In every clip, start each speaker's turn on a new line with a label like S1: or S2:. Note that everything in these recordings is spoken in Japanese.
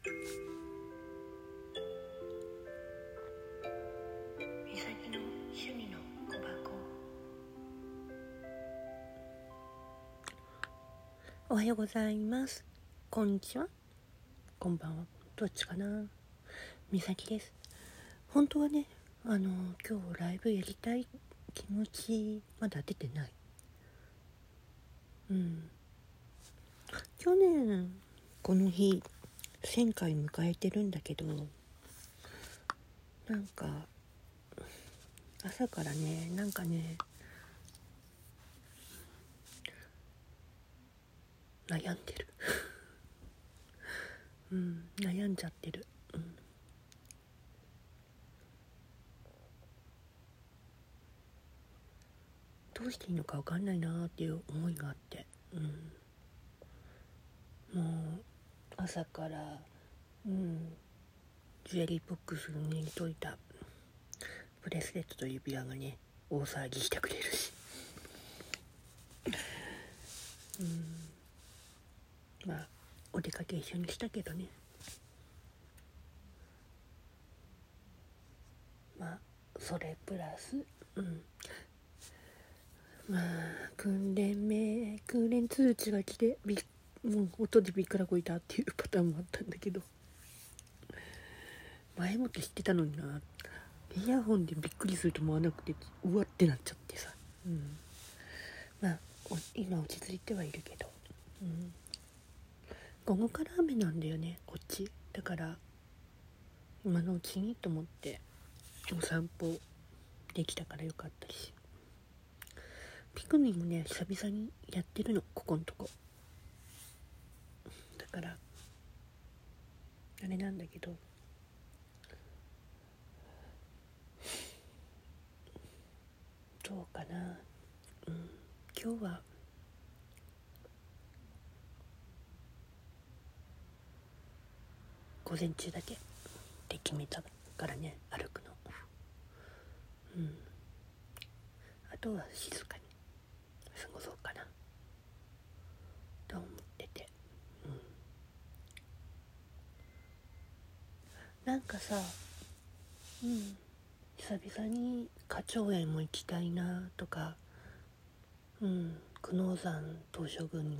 S1: みさきの趣味の小箱。おはようございます。こんにちは。こんばんは。どっちかな。みさきです。本当はね、今日ライブやりたい気持ちまだ出てない。去年この日1000回迎えてるんだけど、なんか朝からね、悩んでる悩んじゃってる。どうしていいのか分かんないなっていう思いがあって、もう朝からジュエリーボックスに入れといたブレスレットと指輪がね、大騒ぎしてくれるしまあお出かけ一緒にしたけどね、まあそれプラス訓練通知が来てもう音でびっくらこいたっていうパターンもあったんだけど、前もって知ってたのにな。イヤホンでびっくりすると思わなくて、うわってなっちゃってさ、まあ今落ち着いてはいるけど、午後から雨なんだよね、こっちだから。今のうちにと思ってお散歩できたからよかったし、ピクミンもね久々にやってるの、ここんとこだからあれなんだけど、どうかな。今日は午前中だけって決めたからね、歩くの。あとは静かに過ごそうかなと思ってて、なんかさ、久々に花鳥園も行きたいなとか、久能山東照宮に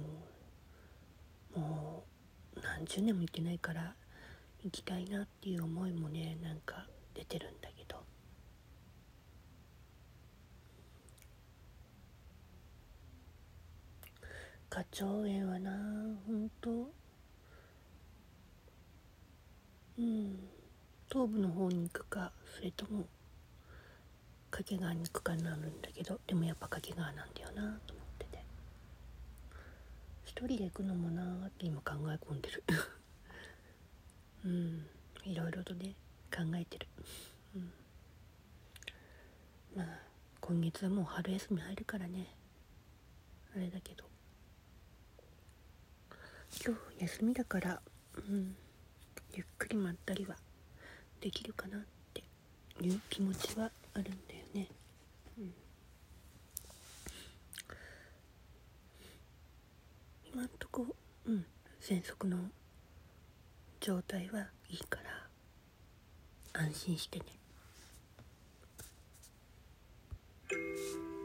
S1: もう何十年も行ってないから行きたいなっていう思いもね、なんか出てるんだけど、花鳥園はな、ほんと東部の方に行くか、それとも掛川に行くかになるんだけど、でもやっぱ掛川なんだよなと思ってて、一人で行くのもなーって今考え込んでるいろいろとね考えてる。まあ今月はもう春休み入るからね、あれだけど、今日休みだから、ゆっくりまったりはできるかなっていう気持ちはあるんだよね。今んとこ喘息の状態はいいから安心してね。